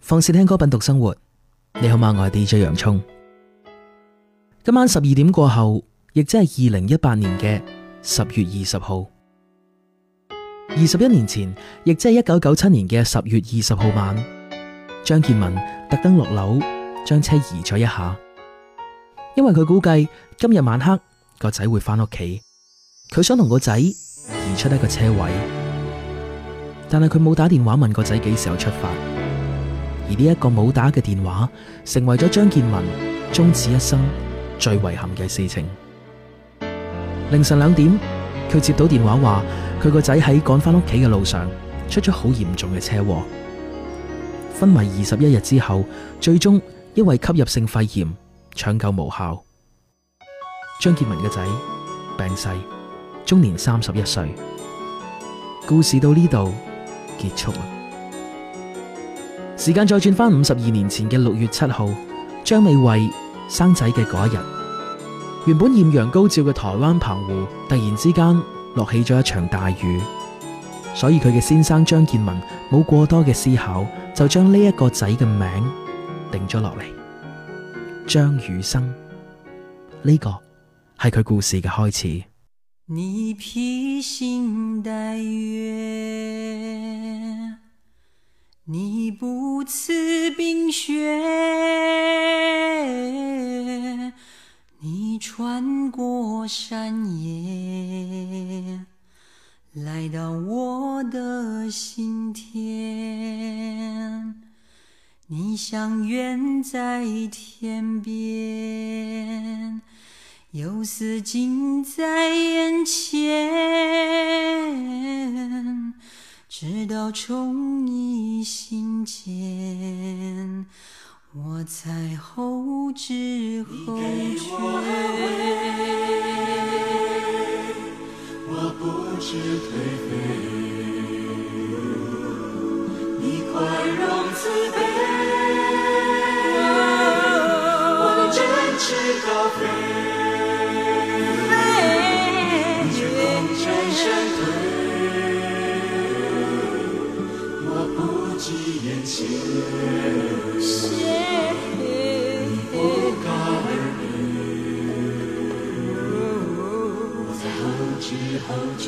放肆聽歌品讀生活，你好嗎？我係 DJ 洋蔥。今晚12點過後，亦即係2018年嘅10月20號，21年前，亦即係1997年嘅10月20號晚，張建文特登落樓將車移咗一下，因為佢估計今日晚黑個仔會返屋企，佢想同個仔移出一個車位，但係佢冇打電話問個仔幾時候出發。而呢一個冇打嘅電話，成為咗張建文終此一生最遺憾嘅事情。凌晨2點，佢接到電話話，佢個仔喺趕返屋企嘅路上出咗好嚴重嘅車禍，昏迷21日之後，最終因為吸入性肺炎搶救無效。張建文嘅仔病逝，終年31歲。故事到呢度結束啦。時間再轉翻52年前嘅6月7號，張美慧生仔嘅嗰一日，原本豔陽高照嘅台灣澎湖突然之間落起咗一場大雨，所以佢嘅先生張建文冇過多嘅思考，就將呢一個仔嘅名定咗落嚟，張雨生。呢個係佢故事嘅開始。 你披星戴月，你不辭冰雪，你穿過山野，來到我的心田，你像遠在天邊，又似近在眼前，直到寵溺心間，我才後知後覺。 我不知頹廢，你寬容慈悲，我能展翅高飛，你卻功成身退。眼前你不告而別，我才後知後覺。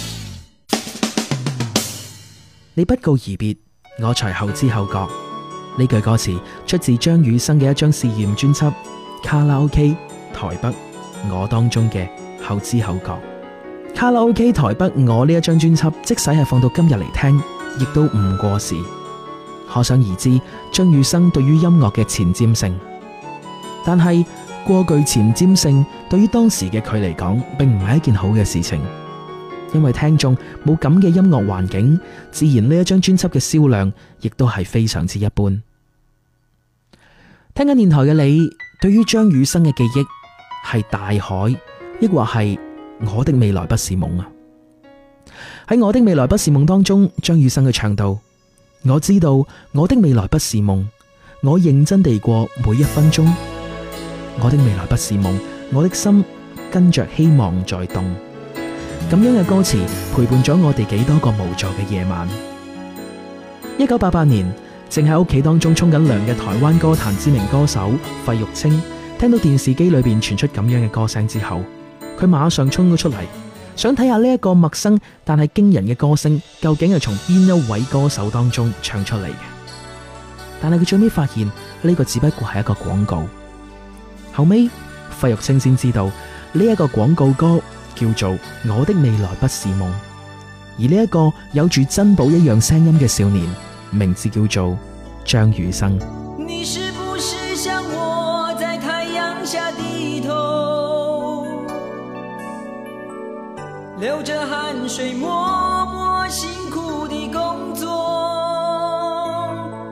你不告而別，我才後知後覺。 呢句歌詞出自張雨生嘅一張試驗專輯《卡拉 OK 台北我》當中嘅後知後覺。卡拉 OK 台北我呢一張專輯，即使係放到今日嚟聽，亦都唔過時。可想而知張雨生對於音樂嘅前瞻性。但係過具前瞻性對於當時嘅佢嚟講，並唔係一件好嘅事情，因為聽眾冇咁嘅音樂環境，自然呢一張專輯嘅銷量亦都係非常之一般。聽緊電台嘅你，對於張雨生嘅記憶係大海，抑或係我的未來不是夢啊？喺我的未來不是夢當中，張雨生嘅唱到：我知道我的未來不是夢，我認真地過每一分鐘。我的未來不是夢，我的心跟着希望在動。咁樣嘅歌詞陪伴咗我哋幾多個無助嘅夜晚。1988年，正喺屋企當中沖緊涼嘅台灣歌壇知名歌手費玉清，聽到電視機裏邊傳出咁樣嘅歌聲之後，佢馬上衝咗出嚟，想睇下呢一個陌生但係驚人嘅歌聲究竟係從邊一位歌手當中唱出嚟嘅。但係佢最尾發現呢個只不過係一個廣告。後尾費玉清先知道呢一個廣告歌叫做《我的未來不是夢》，而呢一個有住珍寶一樣聲音嘅少年，名字叫做張雨生。 你是不是像我在太陽下低頭，流着汗水默默辛苦地工作？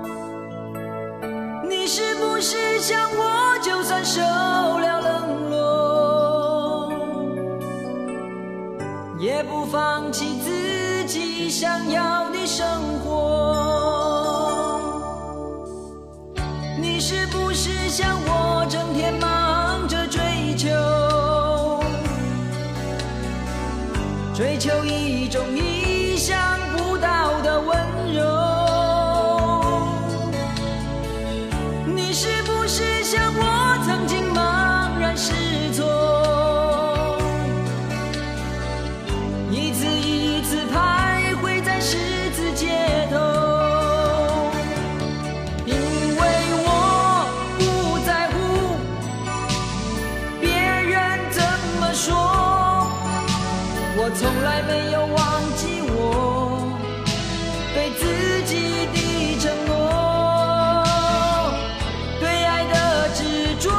你是不是像我就算受了冷落，也不放棄自己想要的生活？你是不是像我整天忙着追求一種意想不到的溫柔？你是不是像我曾經茫然失措，一次一次徘徊在十字街頭？因為我不在乎別人怎麼說，我從來沒有忘記我對自己的承諾，對愛的執着。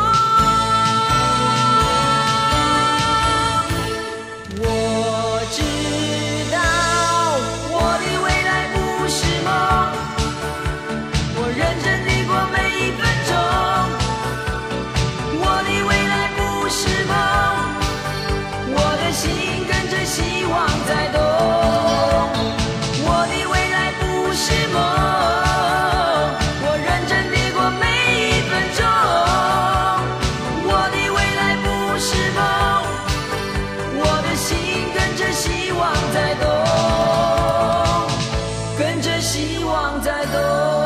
我知道我的未來不是夢，我認真地過每一分鐘。我的未來不是夢，我的心跟着希望在動。我的未來不是夢，我認真地過每一分鐘。我的未來不是夢，我的心跟着希望在動，跟着希望在動。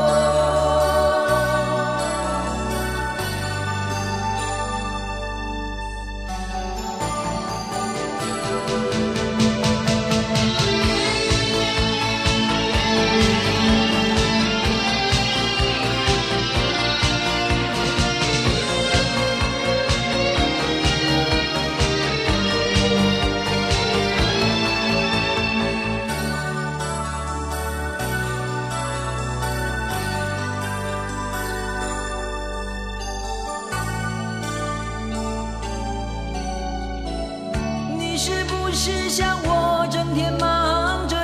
你是不是像我整天忙着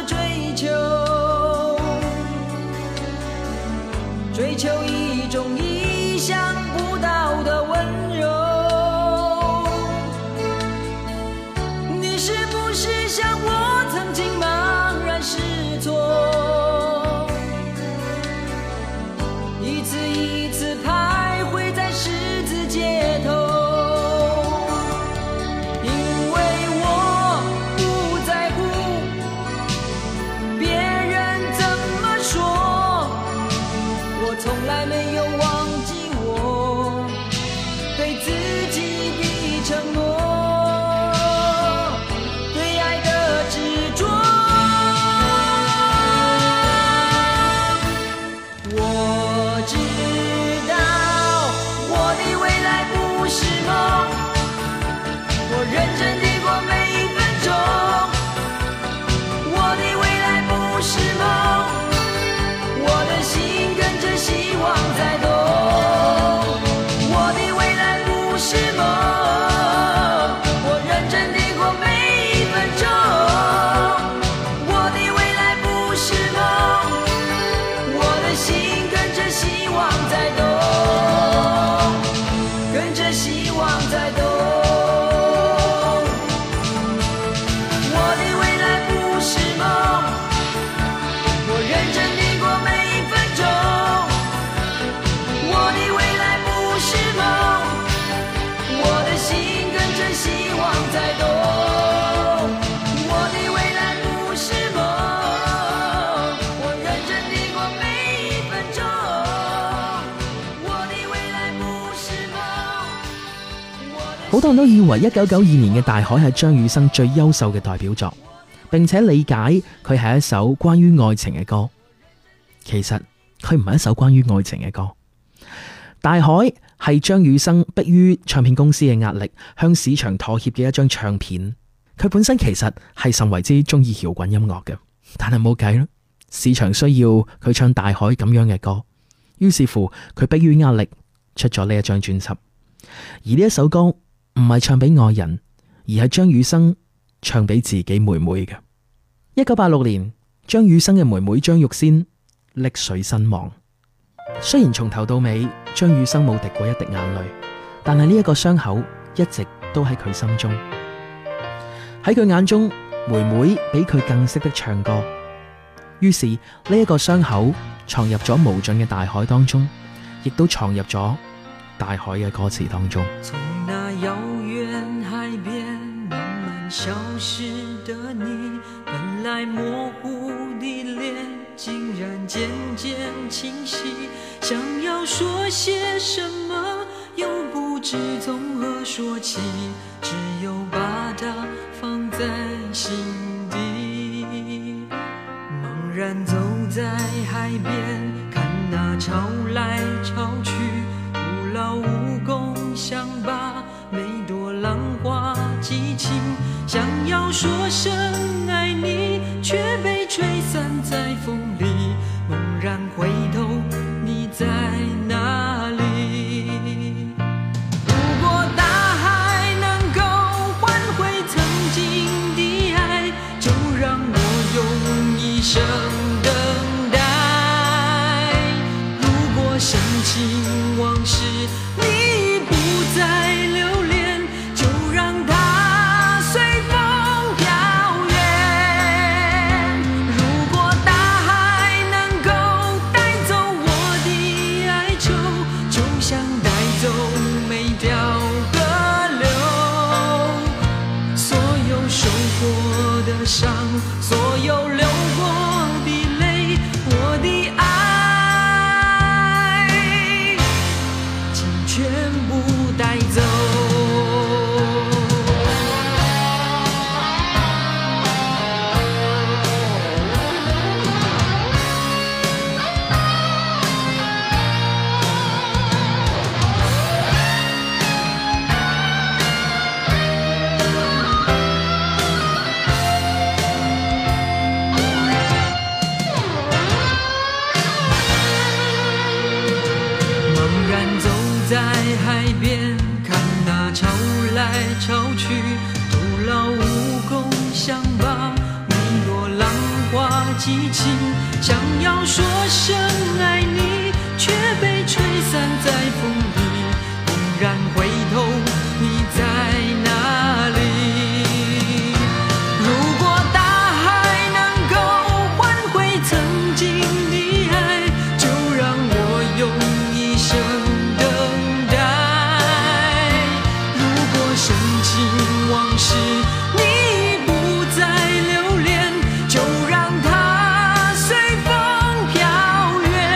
追求一種意想不到的溫柔？你是不是像我曾經茫然失措，一次一次徘徊在十字街頭？從來沒有忘記我對自己的承諾，對愛的執着。我知真地过每一分钟。我的未来不是梦，我的心跟着希望在动。我的未来不是梦，我认真地过每一分钟。我的未来不是梦，我的心跟着希望在动，跟着希望在动。我的未来不是梦，我认真地过每一分钟。我的未来不是梦，我的心跟着希望在动。我的未来不是梦，我认真地过每一分钟。我的未来不是梦。 好多人都以為1992年嘅《大海》係張雨生最優秀嘅代表作，並且理解佢係一首關於愛情嘅歌。其實佢唔係一首關於愛情嘅歌，《大海》係張雨生迫於唱片公司嘅壓力，向市場妥協嘅一張唱片。佢本身其實係甚為之中意搖滾音樂嘅，但係冇計啦，市場需要佢唱《大海》咁樣嘅歌，於是乎佢迫於壓力出咗呢一張專輯。而呢一首歌唔係唱俾愛人，而係張雨生唱俾自己妹妹嘅。1986年，張雨生嘅妹妹張玉仙溺水身亡。雖然從頭到尾張雨生冇滴過一滴眼淚，但係呢一個傷口一直都喺佢心中。喺佢眼中，妹妹比佢更識得唱歌，於是呢一個傷口藏入咗無盡嘅大海當中，亦都藏入咗大海嘅歌詞當中。 從那遙遠海邊慢慢消失的你，本來模糊的臉竟然漸漸清晰，想要說些什麼又不知從何說起，只有把它放在心底。茫然走在海邊，看那潮來潮去，徒勞無功，想把每朵浪花記清，想要說聲愛你，卻被吹散在風裡。猛然回頭，你在哪裡？如果大海能夠喚回曾經的愛，就讓我用一生等待。如果深情往事你不再留戀，就讓它隨風飄遠。如果大海能夠帶走我的哀愁，就像帶走每條河流。所有受過的傷，所有流過的淚，我的愛請全部帶走。茫然走在海邊，看那潮來潮去，徒勞無功，想把每朵浪花記清，想要說聲愛你，卻被吹散在風裡。猛然回頭，你在哪裡？如果大海能夠喚回曾經的愛，就讓我用一生等待。如果深情往事你不再留戀，就讓它隨風飄遠。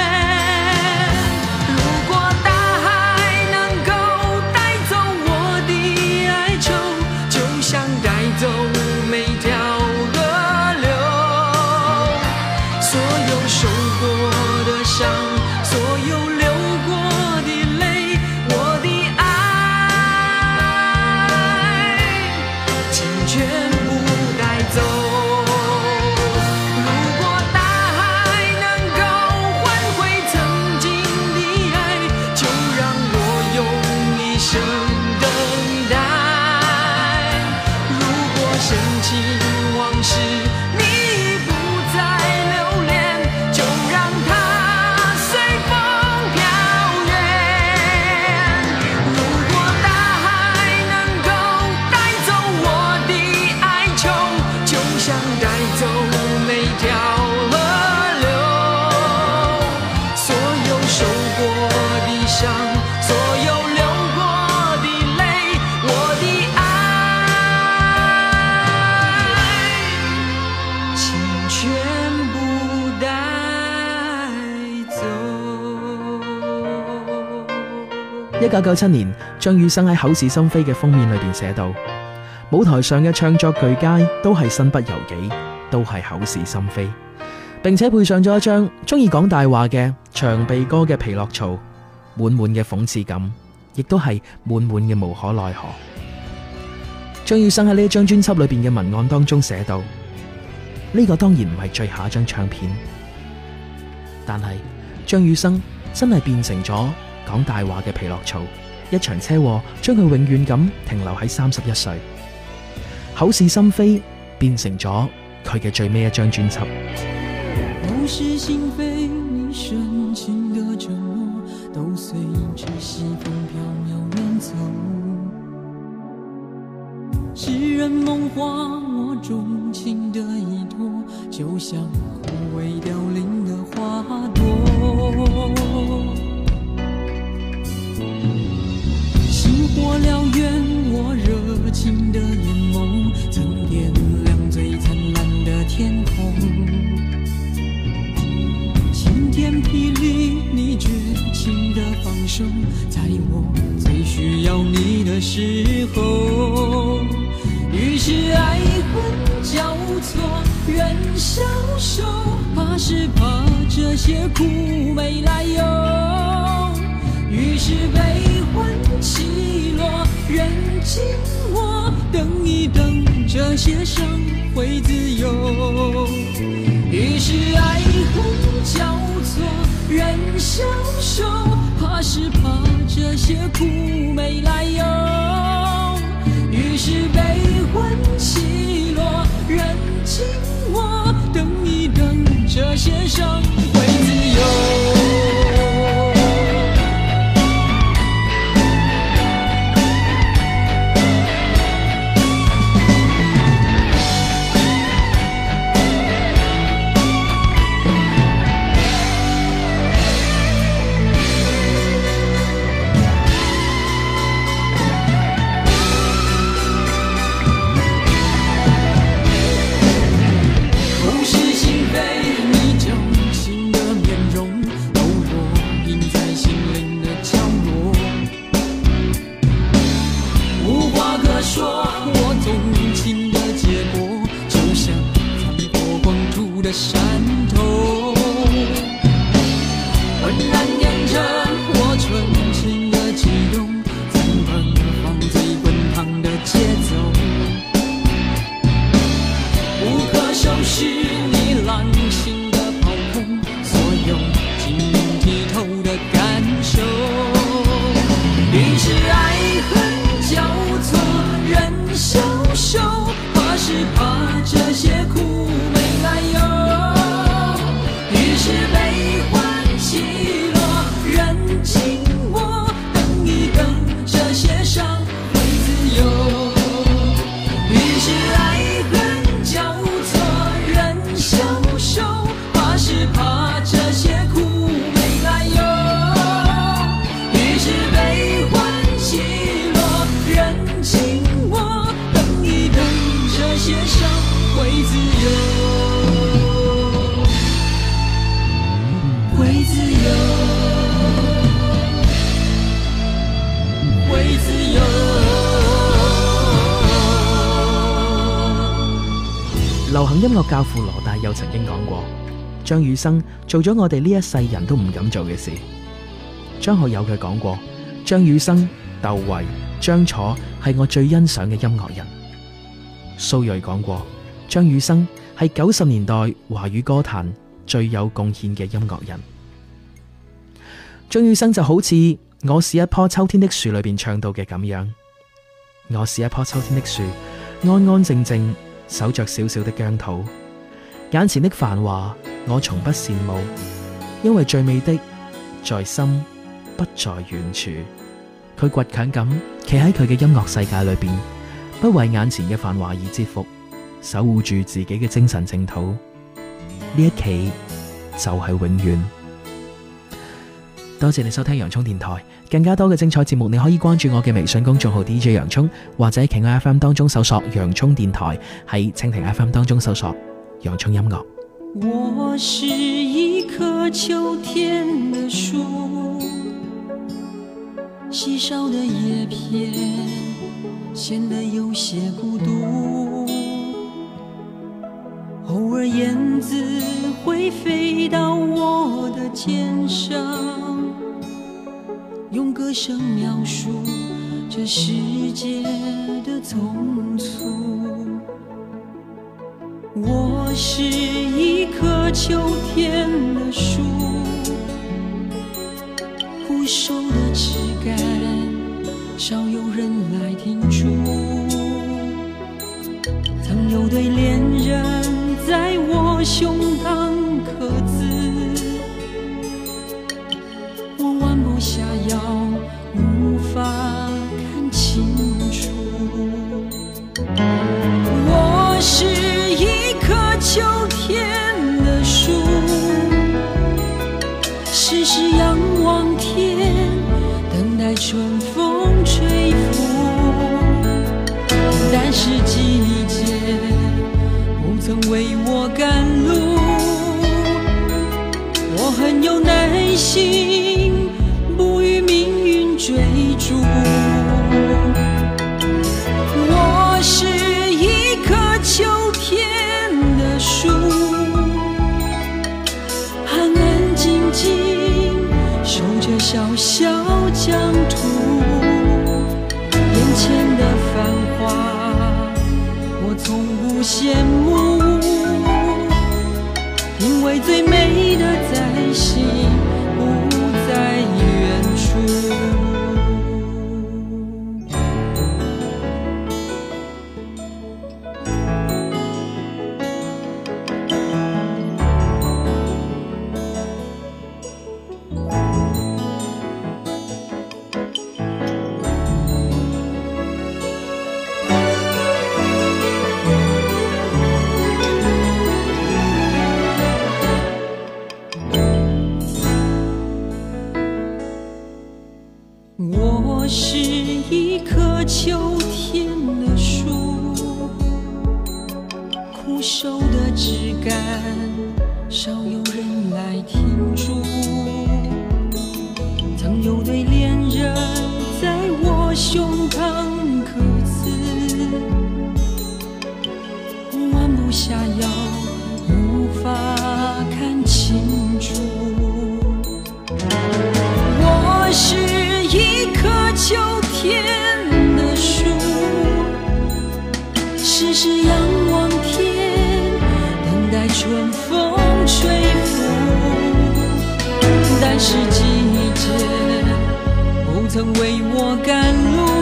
1997年，張雨生喺《口是心非》嘅封面裏邊寫到：舞台上嘅唱作俱佳都係身不由己，都係口是心非，並且配上咗一張中意講大話嘅長鼻哥嘅皮諾曹，滿滿嘅諷刺感，亦都係滿滿嘅無可奈何。張雨生喺呢一張專輯裏邊嘅文案當中寫到：呢個當然唔係最後一張唱片，但係張雨生真係變成咗講大話嘅皮諾曹，一場車禍將佢永遠咁停留喺31歲，口是心非變成咗佢嘅最尾一張專輯。 口是心非，你深情的承諾都隨着西風飄渺遠走，詩人夢話我鍾情的依託，就像枯萎凋零的花朵，星火燎原，我熱情的眼眸曾點亮最燦爛的天空，晴天霹靂，你絕情的放手，在我最需要你的時候，於是愛恨交錯，人消瘦，怕是怕這些苦沒來由，於是悲歡起落，人靜我，等一等，這些傷會自由，於是愛恨交錯，人消瘦，怕是怕這些苦沒來由，於是悲歡起落，人靜我，等一等，這些傷會自由。 流行音樂教父羅大佑曾經講過，張雨生做咗我哋呢一世人都唔敢做嘅事。張學友佢講過，張雨生、竇唯、張楚係我最欣賞嘅音樂人。蘇芮講過，張雨生係90年代華語歌壇最有貢獻嘅音樂人。張雨生就好似《我是一棵秋天的樹》裏邊唱到嘅咁樣，我是一棵秋天的樹，安安靜靜守着小小的疆土，眼前的繁華我從不羨慕，因為最美的在心不在遠處。佢倔強咁企喺佢嘅音樂世界裏邊，不為眼前嘅繁華而折服，守護住自己嘅精神淨土。呢一企就係永遠。多謝你收聽洋蔥電台，更加多嘅精彩節目你可以關注我嘅微信公眾號 DJ 洋蔥，或者喺企鵝 FM 當中搜索洋蔥電台，喺蜻蜓 FM 當中搜索洋蔥音樂。 我是一棵秋天的樹， 稀少的叶片显得有些孤独，偶尔燕子会飞到我的肩上，用歌声描述这世界的匆促。我是一棵秋天的树，枯瘦的枝干少有人来停驻，曾有对恋人在我胸膛刻字，我弯不下腰，无法看清楚。我是一棵秋天的树，时时仰望天，等待春风吹拂，但是季节不曾为我赶路，我很有耐心，不与命运追逐。我是一棵秋天的树，安安静静守着小小疆土，眼前的繁华我从不羡慕，因为最美的在心，不在远处。我是一棵秋天的树，枯瘦的枝干少有人来停驻，曾有对恋人在我胸膛刻字，弯不下腰，无法看清楚。我是一棵秋天的树，时时仰望天，等待春风吹拂，但是季节不曾为我赶路，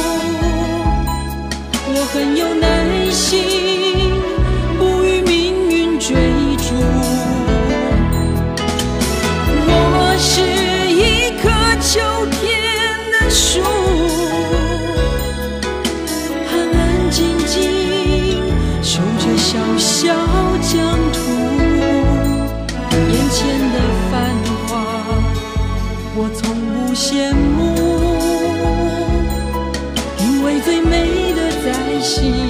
我很有耐心，不与命运追逐。我是一棵秋天的树，安安静静守着小小疆土，眼前的繁华我从不羡慕，因为最美的在心，